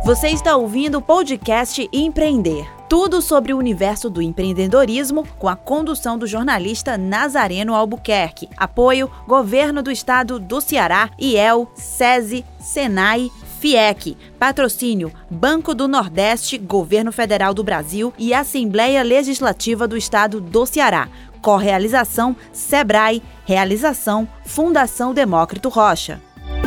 Você está ouvindo o podcast Empreender. Tudo sobre o universo do empreendedorismo com a condução do jornalista Nazareno Albuquerque. Apoio Governo do Estado do Ceará, IEL, SESI, SENAI, FIEC. Patrocínio Banco do Nordeste, Governo Federal do Brasil e Assembleia Legislativa do Estado do Ceará. Correalização SEBRAE. Realização Fundação Demócrito Rocha.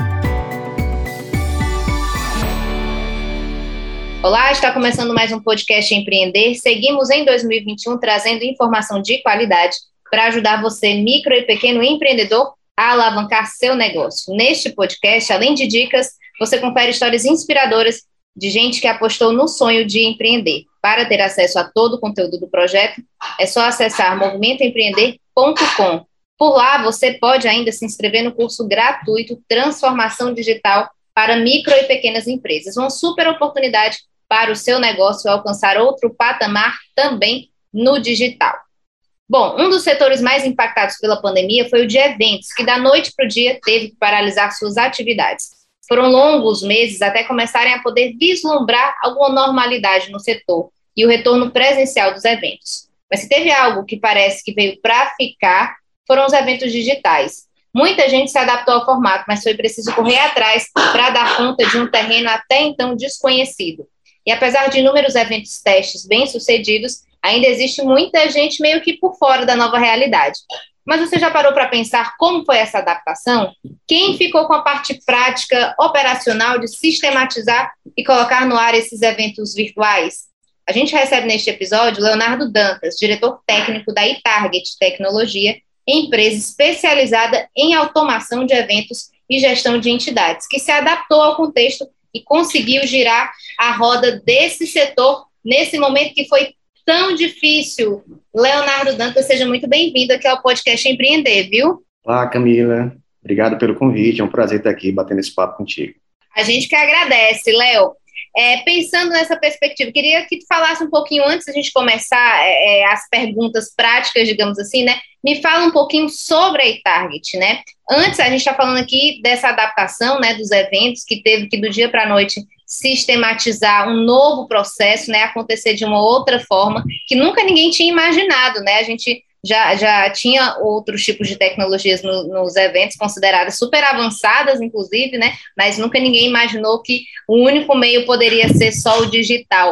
Olá, está começando mais um podcast Empreender. Seguimos em 2021 trazendo informação de qualidade para ajudar você, micro e pequeno empreendedor, a alavancar seu negócio. Neste podcast, além de dicas, você confere histórias inspiradoras de gente que apostou no sonho de empreender. Para ter acesso a todo o conteúdo do projeto, é só acessar movimentoempreender.com. Por lá, você pode ainda se inscrever no curso gratuito Transformação Digital para micro e pequenas empresas. Uma super oportunidade para o seu negócio alcançar outro patamar também no digital. Bom, um dos setores mais impactados pela pandemia foi o de eventos, que da noite para o dia teve que paralisar suas atividades. Foram longos meses até começarem a poder vislumbrar alguma normalidade no setor e o retorno presencial dos eventos. Mas se teve algo que parece que veio para ficar, foram os eventos digitais. Muita gente se adaptou ao formato, mas foi preciso correr atrás para dar conta de um terreno até então desconhecido. E apesar de inúmeros eventos testes bem-sucedidos, ainda existe muita gente meio que por fora da nova realidade. Mas você já parou para pensar como foi essa adaptação? Quem ficou com a parte prática, operacional de sistematizar e colocar no ar esses eventos virtuais? A gente recebe neste episódio Leonardo Dantas, diretor técnico da iTarget Tecnologia, empresa especializada em automação de eventos e gestão de entidades, que se adaptou ao contexto e conseguiu girar a roda desse setor nesse momento que foi tão difícil. Leonardo Dantas, seja muito bem-vindo aqui ao podcast Empreender, viu? Olá, Camila. Obrigado pelo convite. É um prazer estar aqui batendo esse papo contigo. A gente que agradece, Léo. Pensando nessa perspectiva, queria que tu falasse um pouquinho, antes da gente começar as perguntas práticas, digamos assim, né? Me fala um pouquinho sobre a iTarget, né? Antes, a gente está falando aqui dessa adaptação, né, dos eventos, que teve que do dia para a noite sistematizar um novo processo, né, acontecer de uma outra forma, que nunca ninguém tinha imaginado, né? A gente já tinha outros tipos de tecnologias nos eventos, consideradas super avançadas, inclusive, né? Mas nunca ninguém imaginou que o único meio poderia ser só o digital.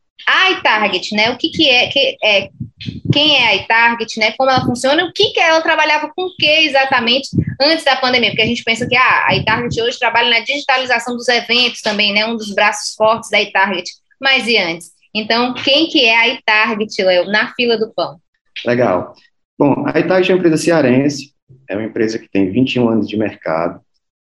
A iTarget, né? O que é? Quem é a iTarget, né? Como ela funciona? O que ela trabalhava com o que exatamente antes da pandemia? Porque a gente pensa que a iTarget hoje trabalha na digitalização dos eventos também, né? Um dos braços fortes da iTarget. Mas e antes? Então, quem que é a iTarget, Léo, na fila do pão? Legal. Bom, a iTarget é uma empresa cearense, é uma empresa que tem 21 anos de mercado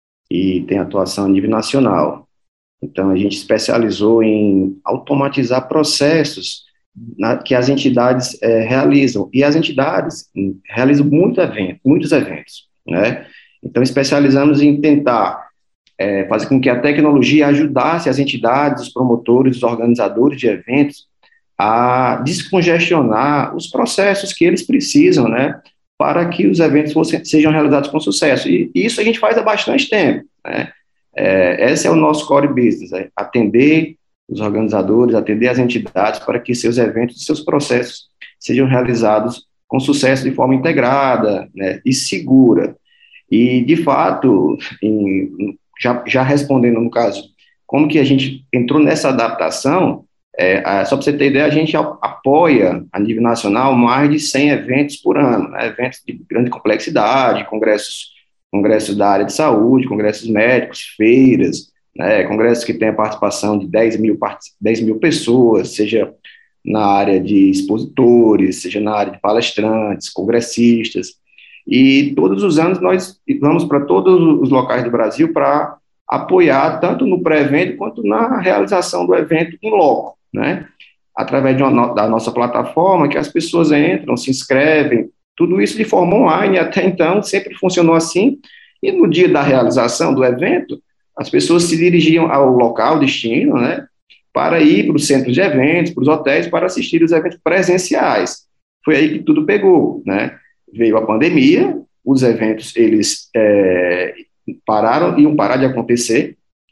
e tem atuação a nível nacional. Então, a gente especializou em automatizar processos que as entidades realizam. E as entidades realizam muitos eventos, né? Então, especializamos em tentar fazer com que a tecnologia ajudasse as entidades, os promotores, os organizadores de eventos a descongestionar os processos que eles precisam, né, para que os eventos sejam realizados com sucesso. E isso a gente faz há bastante tempo, né? Esse é o nosso core business, atender os organizadores, atender as entidades para que seus eventos e seus processos sejam realizados com sucesso de forma integrada, né, e segura. E, de fato, já respondendo no caso, como que a gente entrou nessa adaptação, só para você ter ideia, a gente apoia a nível nacional mais de 100 eventos por ano, né, eventos de grande complexidade, congressos da área de saúde, congressos médicos, feiras, né, congressos que têm a participação de 10 mil pessoas, seja na área de expositores, seja na área de palestrantes, congressistas, e todos os anos nós vamos para todos os locais do Brasil para apoiar tanto no pré-evento quanto na realização do evento em loco, né, através da nossa plataforma, que as pessoas entram, se inscrevem, tudo isso de forma online. Até então sempre funcionou assim, e no dia da realização do evento, as pessoas se dirigiam ao local, destino, né, para ir para os centros de eventos, para os hotéis, para assistir os eventos presenciais. Foi aí que tudo pegou, né? Veio a pandemia, os eventos, eles iam parar de acontecer,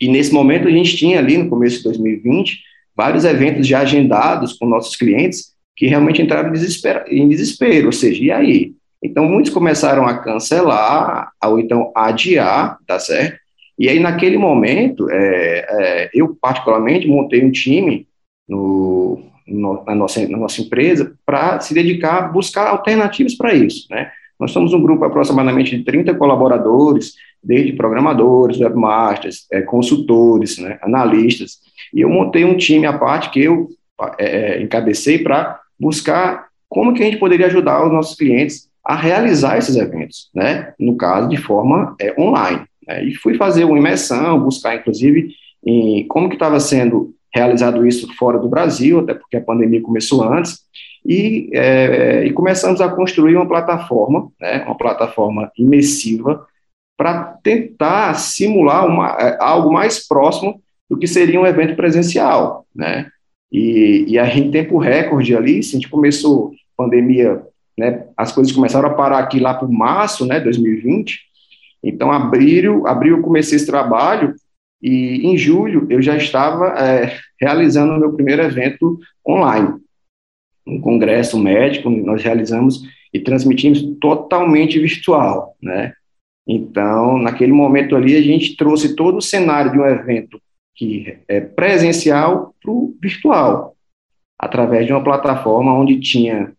E nesse momento a gente tinha ali, no começo de 2020, vários eventos já agendados com nossos clientes que realmente entraram em desespero, ou seja, e aí? Então, muitos começaram a cancelar, ou então a adiar, tá certo? E aí, naquele momento, eu particularmente montei um time na nossa empresa para se dedicar a buscar alternativas para isso, né? Nós somos um grupo aproximadamente de 30 colaboradores, desde programadores, webmasters, consultores, né, analistas, e eu montei um time à parte que eu encabecei para buscar como que a gente poderia ajudar os nossos clientes a realizar esses eventos, né, no caso de forma online, né, e fui fazer uma imersão, buscar inclusive em como que estava sendo realizado isso fora do Brasil, até porque a pandemia começou antes, e começamos a construir uma plataforma, né, uma plataforma imersiva, para tentar simular algo mais próximo do que seria um evento presencial, né? E aí, em tempo recorde ali, se a gente começou a pandemia, né, as coisas começaram a parar aqui lá por março, né, 2020, então, abril eu comecei esse trabalho, e em julho eu já estava realizando o meu primeiro evento online, um congresso médico, nós realizamos e transmitimos totalmente virtual, né? Então, naquele momento ali, a gente trouxe todo o cenário de um evento que é presencial para o virtual, através de uma plataforma onde tinha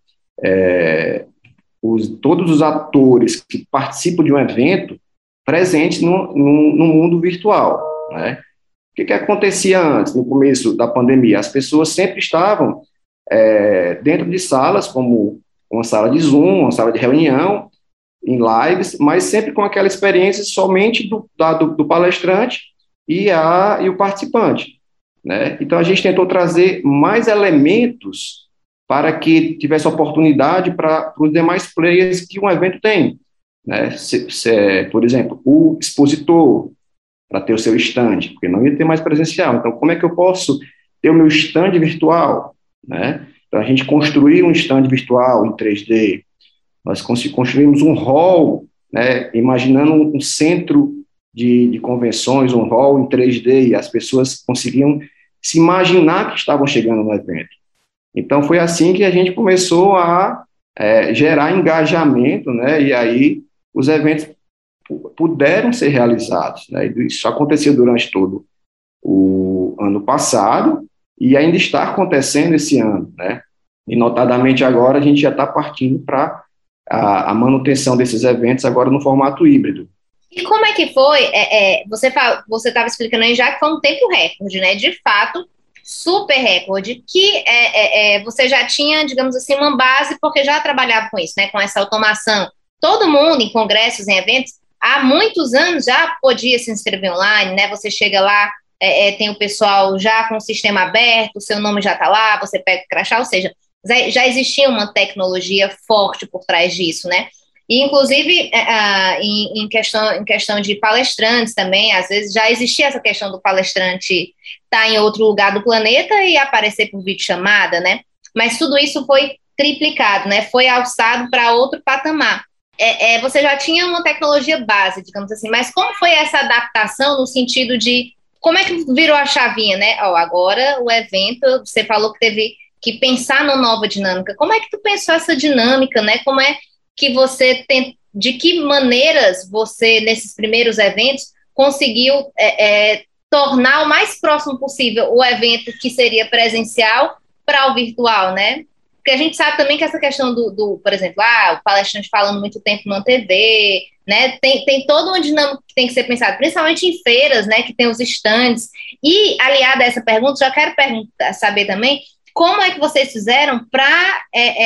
todos os atores que participam de um evento presentes no mundo virtual, né? O que acontecia antes, no começo da pandemia? As pessoas sempre estavam dentro de salas, como uma sala de Zoom, uma sala de reunião, em lives, mas sempre com aquela experiência somente do palestrante e o participante, né? Então, a gente tentou trazer mais elementos para que tivesse oportunidade para os demais players que um evento tem, né? Por exemplo, o expositor, para ter o seu stand, porque não ia ter mais presencial. Então, como é que eu posso ter o meu stand virtual, né? Então, a gente construiu um stand virtual em 3D, nós construímos um hall, né, imaginando um centro de convenções, um hall em 3D, e as pessoas conseguiam se imaginar que estavam chegando no evento. Então, foi assim que a gente começou a gerar engajamento, né, e aí os eventos puderam ser realizados, né, isso aconteceu durante todo o ano passado e ainda está acontecendo esse ano, né, e notadamente agora a gente já está partindo para a manutenção desses eventos agora no formato híbrido. E como é que foi? Você estava explicando aí já que foi um tempo recorde, né? De fato, super recorde, que você já tinha, digamos assim, uma base, porque já trabalhava com isso, né? Com essa automação. Todo mundo em congressos, em eventos, há muitos anos já podia se inscrever online, né? Você chega lá, tem o pessoal já com o sistema aberto, o seu nome já está lá, você pega o crachá, ou seja, já existia uma tecnologia forte por trás disso, né? E, inclusive, em questão de palestrantes também, às vezes já existia essa questão do palestrante estar em outro lugar do planeta e aparecer por videochamada, né? Mas tudo isso foi triplicado, né? Foi alçado para outro patamar. Você já tinha uma tecnologia base, digamos assim, mas como foi essa adaptação no sentido de como é que virou a chavinha, né? Agora o evento, você falou que teve que pensar numa nova dinâmica. Como é que tu pensou essa dinâmica, né? Como é que você tem, de que maneiras você, nesses primeiros eventos, conseguiu tornar o mais próximo possível o evento que seria presencial para o virtual, né? Porque a gente sabe também que essa questão por exemplo, o palestrante falando muito tempo na TV, né? Tem toda uma dinâmica que tem que ser pensada, principalmente em feiras, né? Que tem os stands. E, aliada a essa pergunta, já quero saber também como é que vocês fizeram para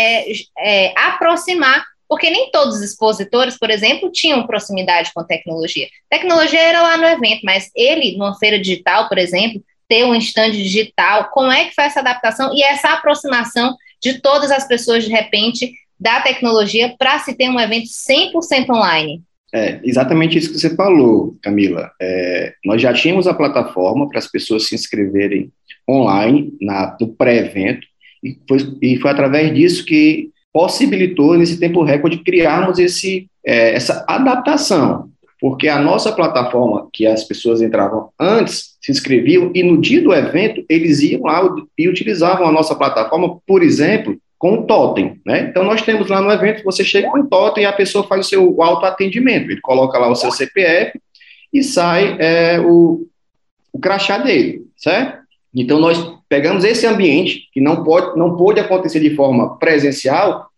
aproximar, porque nem todos os expositores, por exemplo, tinham proximidade com a tecnologia. A tecnologia era lá no evento, mas ele, numa feira digital, por exemplo, ter um stand digital, como é que foi essa adaptação e essa aproximação de todas as pessoas, de repente, da tecnologia para se ter um evento 100% online? Exatamente isso que você falou, Camila. Nós já tínhamos a plataforma para as pessoas se inscreverem online no pré-evento, e foi através disso que possibilitou, nesse tempo recorde, criarmos essa adaptação, porque a nossa plataforma, que as pessoas entravam antes, se inscreviam, e no dia do evento, eles iam lá e utilizavam a nossa plataforma, por exemplo, com o totem, né? Então, nós temos lá no evento, você chega com o totem e a pessoa faz o seu autoatendimento, ele coloca lá o seu CPF e sai o crachá dele, certo? Então, nós pegamos esse ambiente, que não pôde acontecer de forma presencial,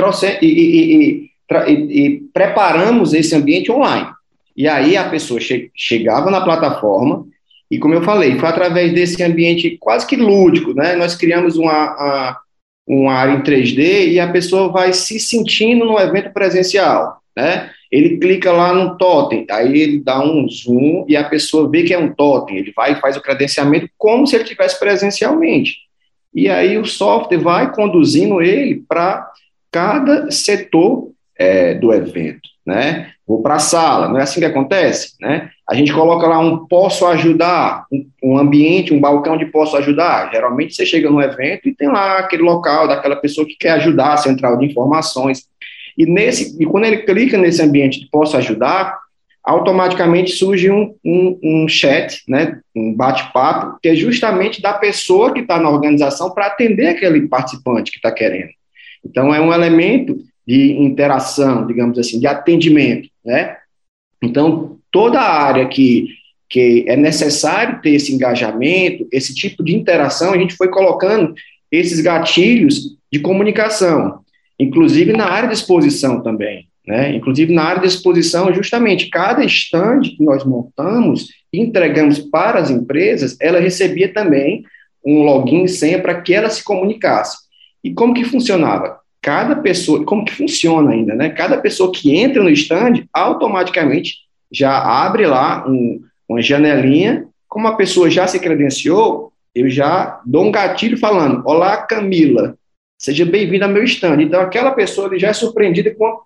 e preparamos esse ambiente online. E aí a pessoa chegava na plataforma, e como eu falei, foi através desse ambiente quase que lúdico, né? Nós criamos uma área em 3D e a pessoa vai se sentindo no evento presencial, né? Ele clica lá no totem, aí ele dá um zoom e a pessoa vê que é um totem, ele vai e faz o credenciamento como se ele estivesse presencialmente. E aí o software vai conduzindo ele para cada setor do evento, né? Vou para a sala, não é assim que acontece, né? A gente coloca lá um posso ajudar, um ambiente, um balcão de posso ajudar. Geralmente você chega no evento e tem lá aquele local daquela pessoa que quer ajudar, a central de informações. E quando ele clica nesse ambiente de posso ajudar, automaticamente surge um chat, né, um bate-papo, que é justamente da pessoa que está na organização para atender aquele participante que está querendo. Então, é um elemento de interação, digamos assim, de atendimento, né? Então, toda a área que é necessário ter esse engajamento, esse tipo de interação, a gente foi colocando esses gatilhos de comunicação, inclusive na área de exposição também, né? Inclusive na área de exposição, justamente, cada stand que nós montamos e entregamos para as empresas, ela recebia também um login e senha para que ela se comunicasse. E como que funcionava? Cada pessoa, como que funciona ainda, né? Cada pessoa que entra no stand, automaticamente já abre lá uma janelinha, como a pessoa já se credenciou, eu já dou um gatilho falando, olá, Camila, seja bem-vinda ao meu stand. Então, aquela pessoa ele já é surpreendida com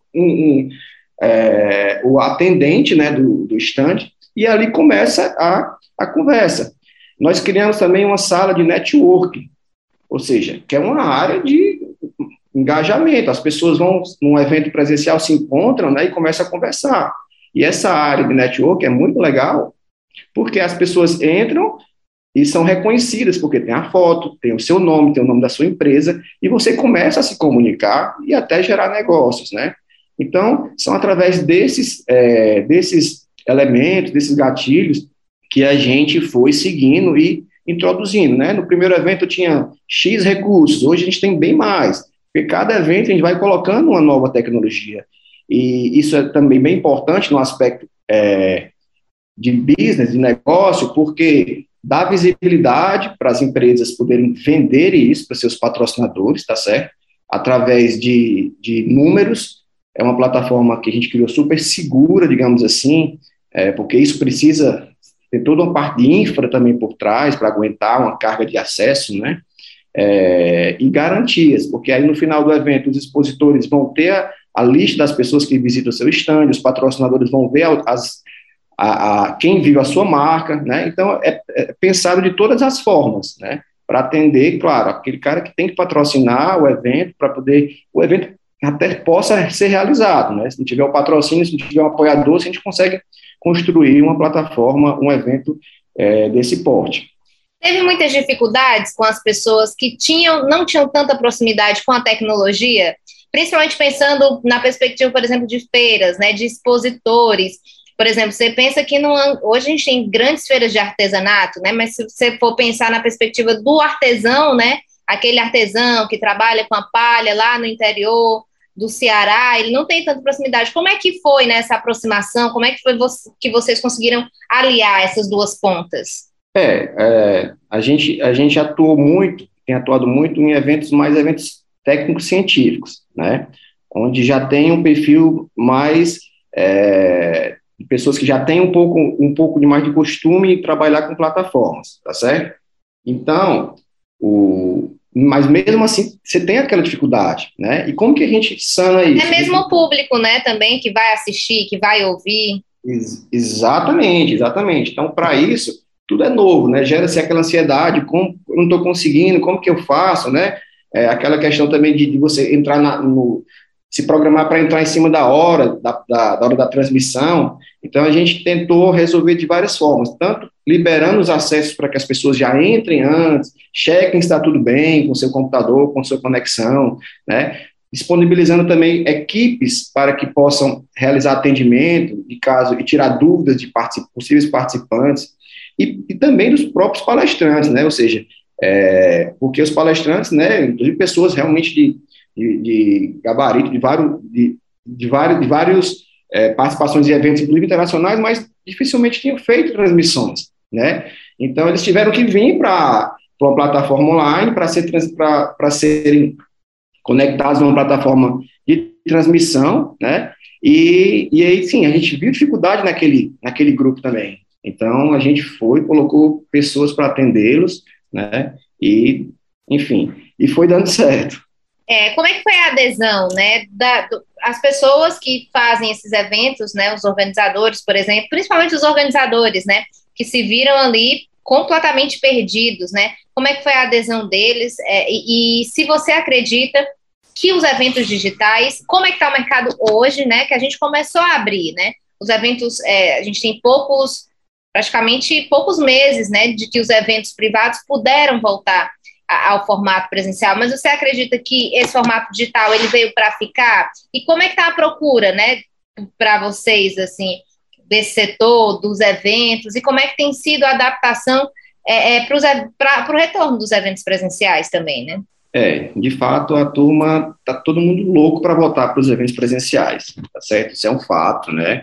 o atendente, né, do stand, e ali começa a conversa. Nós criamos também uma sala de networking, ou seja, que é uma área de engajamento. As pessoas vão, num evento presencial, se encontram, né, e começam a conversar. E essa área de network é muito legal, porque as pessoas entram e são reconhecidas, porque tem a foto, tem o seu nome, tem o nome da sua empresa, e você começa a se comunicar e até gerar negócios, né? Então, são através desses elementos, desses gatilhos, que a gente foi seguindo e introduzindo, né? No primeiro evento tinha X recursos, hoje a gente tem bem mais, porque cada evento a gente vai colocando uma nova tecnologia, e isso é também bem importante no aspecto de business, de negócio, porque dá visibilidade para as empresas poderem vender isso para seus patrocinadores, tá certo? Através de números, é uma plataforma que a gente criou super segura, digamos assim, porque isso precisa ter toda uma parte de infra também por trás, para aguentar uma carga de acesso, né? E garantias, porque aí no final do evento os expositores vão ter a lista das pessoas que visitam o seu stand, os patrocinadores vão ver quem vive a sua marca, né? Então, é pensado de todas as formas, né? Para atender, claro, aquele cara que tem que patrocinar o evento, para poder o evento até possa ser realizado, né? Se não tiver o patrocínio, se não tiver um apoiador, a gente consegue construir uma plataforma, um evento desse porte. Teve muitas dificuldades com as pessoas que não tinham tanta proximidade com a tecnologia, principalmente pensando na perspectiva, por exemplo, de feiras, né, de expositores. Por exemplo, você pensa que hoje a gente tem grandes feiras de artesanato, né? Mas se você for pensar na perspectiva do artesão, né? Aquele artesão que trabalha com a palha lá no interior do Ceará, ele não tem tanta proximidade. Como é que foi nessa aproximação? Como é que foi que vocês conseguiram aliar essas duas pontas? A gente tem atuado muito em eventos técnicos científicos, né? Onde já tem um perfil mais de pessoas que já têm um pouco de mais de costume em trabalhar com plataformas, tá certo? Então, mas mesmo assim, você tem aquela dificuldade, né? E como que a gente sana isso? É mesmo o público, né, também, que vai assistir, que vai ouvir. Exatamente. Então, para isso, tudo é novo, né? Gera-se aquela ansiedade, como eu não estou conseguindo, como que eu faço, né? Aquela questão também de você entrar se programar para entrar em cima da hora, da hora da transmissão. Então, a gente tentou resolver de várias formas, tanto liberando os acessos para que as pessoas já entrem antes, chequem se está tudo bem com o seu computador, com sua conexão, né? Disponibilizando também equipes para que possam realizar atendimento de caso e tirar dúvidas de possíveis participantes e também dos próprios palestrantes, né? Ou seja, porque os palestrantes, né, inclusive pessoas realmente de gabarito, de vários participações em eventos, inclusive internacionais, mas dificilmente tinham feito transmissões, né? Então, eles tiveram que vir para uma plataforma online para serem conectados numa plataforma de transmissão, né? E aí, sim, a gente viu dificuldade naquele grupo também. Então, a gente colocou pessoas para atendê-los, né? E, enfim, e foi dando certo. Como é que foi a adesão, né, as pessoas que fazem esses eventos, né, os organizadores, por exemplo, principalmente os organizadores, né, que se viram ali completamente perdidos, né, como é que foi a adesão deles, e se você acredita que os eventos digitais, como é que está o mercado hoje, né, que a gente começou a abrir, né, os eventos, a gente tem praticamente poucos meses, né, de que os eventos privados puderam voltar ao formato presencial, mas você acredita que esse formato digital, ele veio para ficar? E como é que está a procura, né, para vocês, assim, desse setor, dos eventos, e como é que tem sido a adaptação para o retorno dos eventos presenciais também, né? De fato, a turma, tá todo mundo louco para voltar para os eventos presenciais, tá certo? Isso é um fato, né?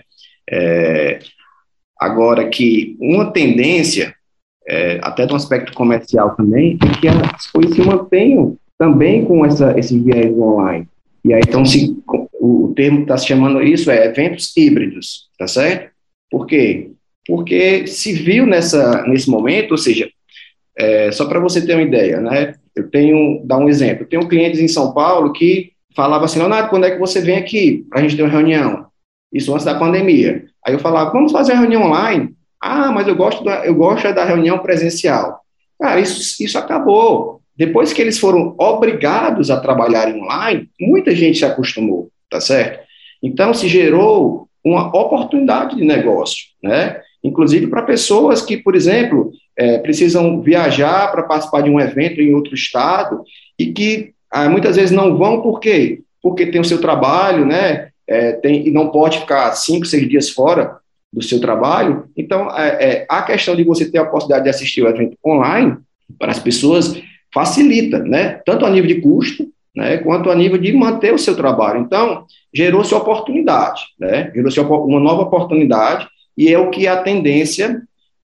Agora que uma tendência, até do aspecto comercial também, é que as coisas se mantenham também com esse viés online. E aí, então, o termo que está se chamando isso eventos híbridos, tá certo? Por quê? Porque se viu nesse momento, ou seja, só para você ter uma ideia, né? Dar um exemplo, eu tenho clientes em São Paulo que falavam assim, Leonardo, quando é que você vem aqui para a gente ter uma reunião? Isso antes da pandemia. Aí eu falava, vamos fazer a reunião online? Ah, mas eu gosto da reunião presencial. Cara, isso acabou. Depois que eles foram obrigados a trabalhar online, muita gente se acostumou, tá certo? Então, se gerou uma oportunidade de negócio, né? Inclusive para pessoas que, por exemplo, precisam viajar para participar de um evento em outro estado e que muitas vezes não vão, por quê? Porque tem o seu trabalho, né? E não pode ficar 5, 6 dias fora do seu trabalho. Então, a questão de você ter a possibilidade de assistir o evento online, para as pessoas, facilita, né? Tanto a nível de custo, né, quanto a nível de manter o seu trabalho. Então, gerou-se oportunidade, né? Gerou-se uma nova oportunidade, e é o que é a tendência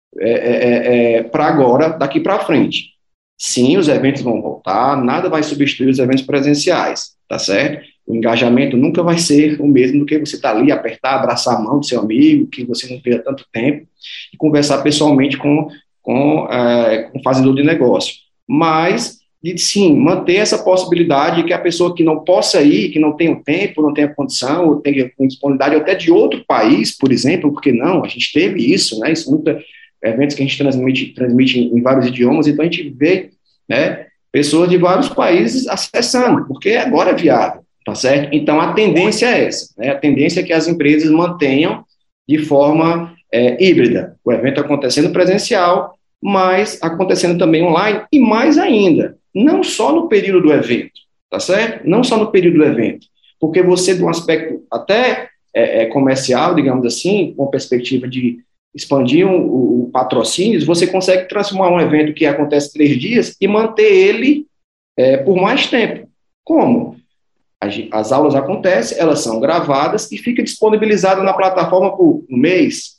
para agora, daqui para frente. Sim, os eventos vão voltar, nada vai substituir os eventos presenciais, tá certo? O engajamento nunca vai ser o mesmo do que você estar ali, apertar, abraçar a mão do seu amigo, que você não vê há tanto tempo, e conversar pessoalmente com o fazedor de negócio. Mas, sim, manter essa possibilidade de que a pessoa que não possa ir, que não tenha o tempo, não tenha condição, ou tenha disponibilidade até de outro país, por exemplo, porque não, a gente teve isso, né? Isso eventos que a gente transmite em vários idiomas, então a gente vê, né, pessoas de vários países acessando, porque agora é viável, tá certo? Então a tendência é essa, né? A tendência é que as empresas mantenham de forma híbrida, o evento acontecendo presencial, mas acontecendo também online, e mais ainda, não só no período do evento, tá certo? Não só no período do evento, porque você, de um aspecto até comercial, digamos assim, com perspectiva de expandir o patrocínio, você consegue transformar um evento que acontece 3 dias e manter ele por mais tempo. Como? As aulas acontecem, elas são gravadas e fica disponibilizada na plataforma por um mês,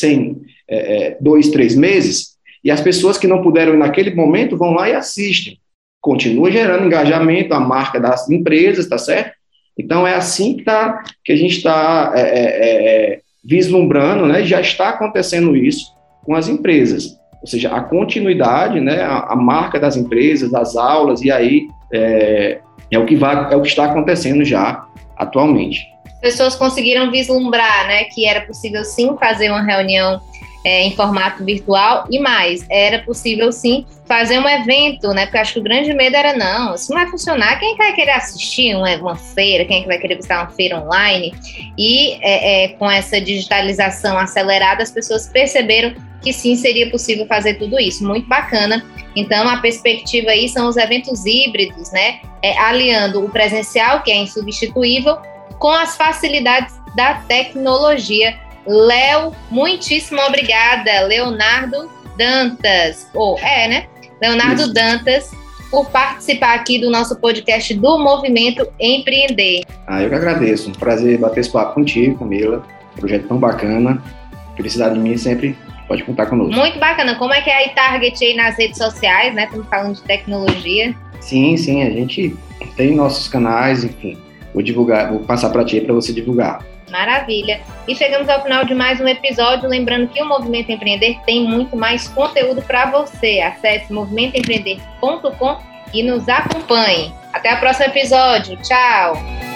2, 3 meses, e as pessoas que não puderam ir naquele momento vão lá e assistem. Continua gerando engajamento, a marca das empresas, tá certo? Então, é assim que a gente está vislumbrando, né? Já está acontecendo isso com as empresas. Ou seja, a continuidade, né? A marca das empresas, das aulas, e aí é o que está acontecendo já atualmente. As pessoas conseguiram vislumbrar, né, que era possível sim fazer uma reunião em formato virtual e mais. Era possível, sim, fazer um evento, né? Porque acho que o grande medo era, não, isso não vai funcionar. Quem vai querer assistir uma feira? Quem é que vai querer visitar uma feira online? E com essa digitalização acelerada, as pessoas perceberam que sim, seria possível fazer tudo isso. Muito bacana. Então, a perspectiva aí são os eventos híbridos, né? Aliando o presencial, que é insubstituível, com as facilidades da tecnologia. Léo, muitíssimo obrigada. Leonardo Dantas. Leonardo Isso. Dantas, por participar aqui do nosso podcast do Movimento Empreender. Eu que agradeço. Um prazer bater esse papo contigo, Camila. Projeto tão bacana. Felicidade de mim sempre. Pode contar conosco. Muito bacana. Como é que é a iTarget aí nas redes sociais, né? Estamos falando de tecnologia. Sim, a gente tem nossos canais, enfim. Vou passar para ti para você divulgar. Maravilha. E chegamos ao final de mais um episódio, lembrando que o Movimento Empreender tem muito mais conteúdo para você. Acesse movimentoempreender.com e nos acompanhe. Até o próximo episódio. Tchau!